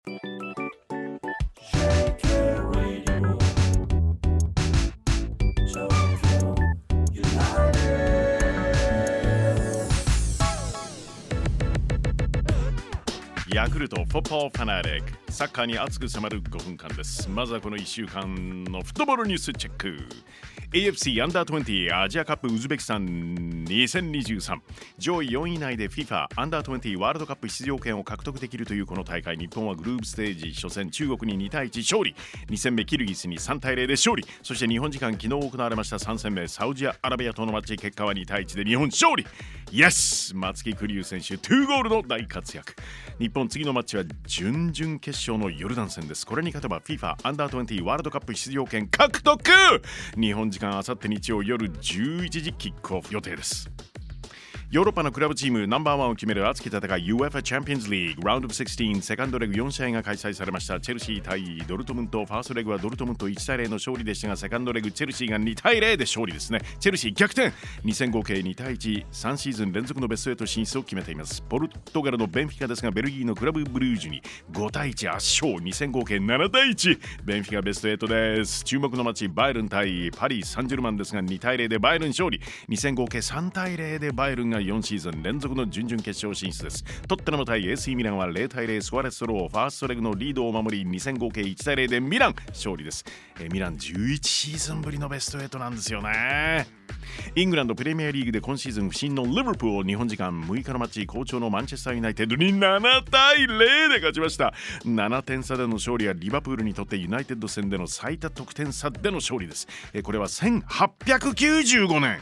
ヤクルトフォットボールファナティック、サッカーに熱く迫る5分間です。まずはこの1週間のフットボールニュースチェック。 AFC アンダー20アジアカップウズベキスタン2023、上位4位以内で FIFA アンダー20ワールドカップ出場権を獲得できるというこの大会、日本はグループステージ初戦中国に2対1勝利、2戦目キルギスに3対0で勝利、そして日本時間昨日行われました3戦目サウジアラビアとのマッチ、結果は2対1で日本勝利。イエス、松木玖生選手2ゴールの大活躍。日本次のマッチは準々決勝のヨルダン戦です。これに勝てば FIFA アンダー20ワールドカップ出場権獲得。日本時間あさって日曜夜11時キックオフ予定です。ヨーロッパのクラブチームナンバーワンを決める熱き戦い UEFA チャンピオンズリーグラウンドオブ16セカンドレグ4試合が開催されました。チェルシー対ドルトムント、ファーストレグはドルトムント1対0の勝利でしたが、セカンドレグチェルシーが2対0で勝利ですね。チェルシー逆転、2戦合計2対1、3シーズン連続のベスト8進出を決めています。ポルトガルのベンフィカですが、ベルギーのクラブブルージュに5対1圧勝、2戦合計7対1、ベンフィカベスト8です。注目のマッチバイエルン対パリ・サンジェルマンですが、2対0でバイエルン勝利、2戦合計3対0でバイエルンが4シーズン連続の準々決勝進出です。トッテナム対 AC ミランは0対0、スコアレスドロー、ファーストレグのリードを守り、2戦合計1対0でミラン勝利です。ミラン11シーズンぶりのベスト8なんですよね。イングランドプレミアリーグで今シーズン不振のリバプール、日本時間6日のマッチ、好調のマンチェスターユナイテッドに7対0で勝ちました。7点差での勝利はリバプールにとってユナイテッド戦での最多得点差での勝利です。これは1895年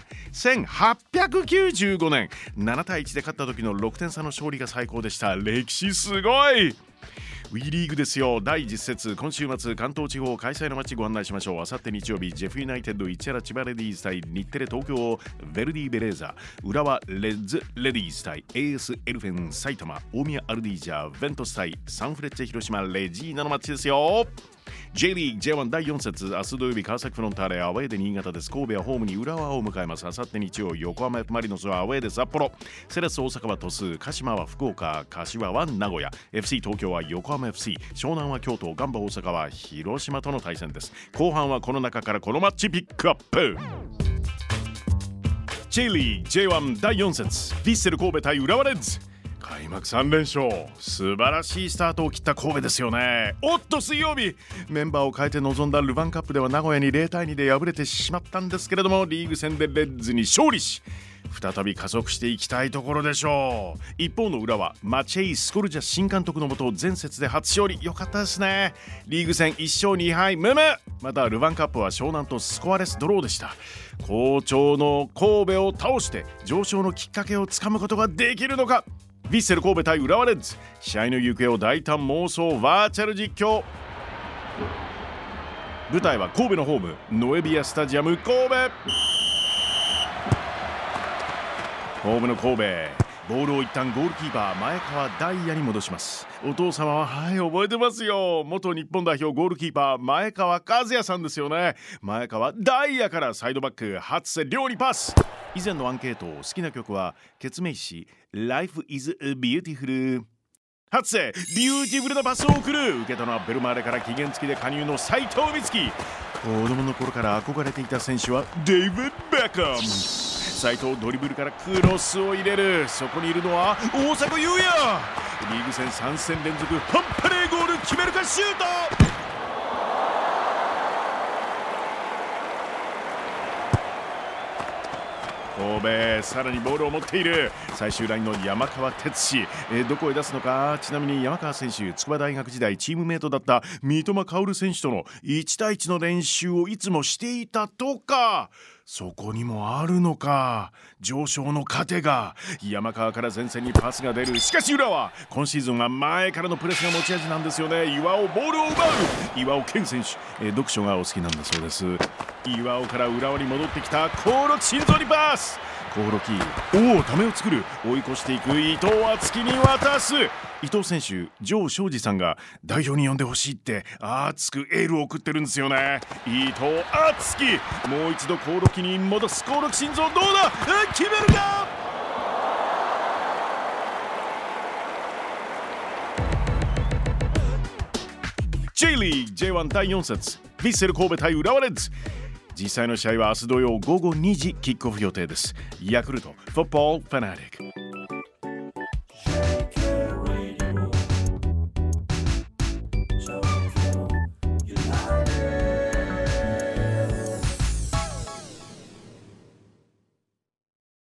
7対1で勝った時の6点差の勝利が最高でした。歴史すごい。WE リーグですよ。第10節、今週末関東地方開催のマッチご案内しましょう。あさって日曜日、ジェフユナイテッド市原千葉レディーズ対日テレ東京ヴェルディベレーザ、浦和レッズレディーズ対 AS エルフェン埼玉、大宮アルディージャヴェントス対サンフレッチェ広島レジーナのマッチですよ。J リーグ J1 第4節、明日土曜日川崎フロンターレアウェーで新潟です。神戸はホームに浦和を迎えます。あさって日曜、横浜 F マリノスはアウェーで札幌、セレッソ大阪は鳥栖、鹿島は福岡、柏は名古屋、 FC 東京は横浜 FC、 湘南は京都、ガンバ大阪は広島との対戦です。後半はこの中からこのマッチピックアップ。 J リーグ J1 第4節、ヴィッセル神戸対浦和レッズ、開幕3連勝、素晴らしいスタートを切った神戸ですよね。おっと、水曜日メンバーを変えて臨んだルヴァンカップでは名古屋に0対2で敗れてしまったんですけれども、リーグ戦でレッズに勝利し再び加速していきたいところでしょう。一方の裏はマチェイ・スコルジャ新監督のもと前節で初勝利、良かったですね。リーグ戦1勝2敗ムム。またルヴァンカップは湘南とスコアレスドローでした。好調の神戸を倒して上昇のきっかけをつかむことができるのか。ヴィッセル神戸対浦和レッズ、試合の行方を大胆妄想バーチャル実況。舞台は神戸のホームノエビアスタジアム神戸。ホームの神戸、ボールを一旦ゴールキーパー前川大也に戻します。お父様は覚えてますよ。元日本代表ゴールキーパー前川和也さんですよね。前川大也からサイドバック初瀬亮にパス。以前のアンケート、好きな曲はケツメイシ Life is Beautiful。 初瀬ビューティフルなパスを送る。受けたのはベルマーレから期限付きで加入の斉藤美月。子供の頃から憧れていた選手はデイビッド・ベッカム。斉藤ドリブルからクロスを入れる。そこにいるのは大迫勇也。リーグ戦3戦連続ハンパレーゴール決めるか、シュート。神戸、さらにボールを持っている。最終ラインの山川哲司、どこへ出すのか。ちなみに山川選手、筑波大学時代チームメイトだった三笘薫選手との1対1の練習をいつもしていたとか。そこにもあるのか、上昇の糧が。山川から前線にパスが出る。しかし浦和、今シーズンは前からのプレスが持ち味なんですよね。岩尾ボールを奪う。岩尾健選手、読書がお好きなんだそうです。岩尾から浦和に戻ってきた興梠心臓にパス。興梠、ためを作る。追い越していく伊藤敦樹に渡す。伊藤選手、城彰二さんが代表に呼んでほしいって熱くエールを送ってるんですよね。伊藤敦樹、もう一度興梠に戻す。興梠心臓どうだ、決めるか。 J リーグ J1 第4節ヴィッセル神戸対浦和レッズ。実際の試合は明日土曜午後2時キックオフ予定です。ヤクルトフットボールファナティック。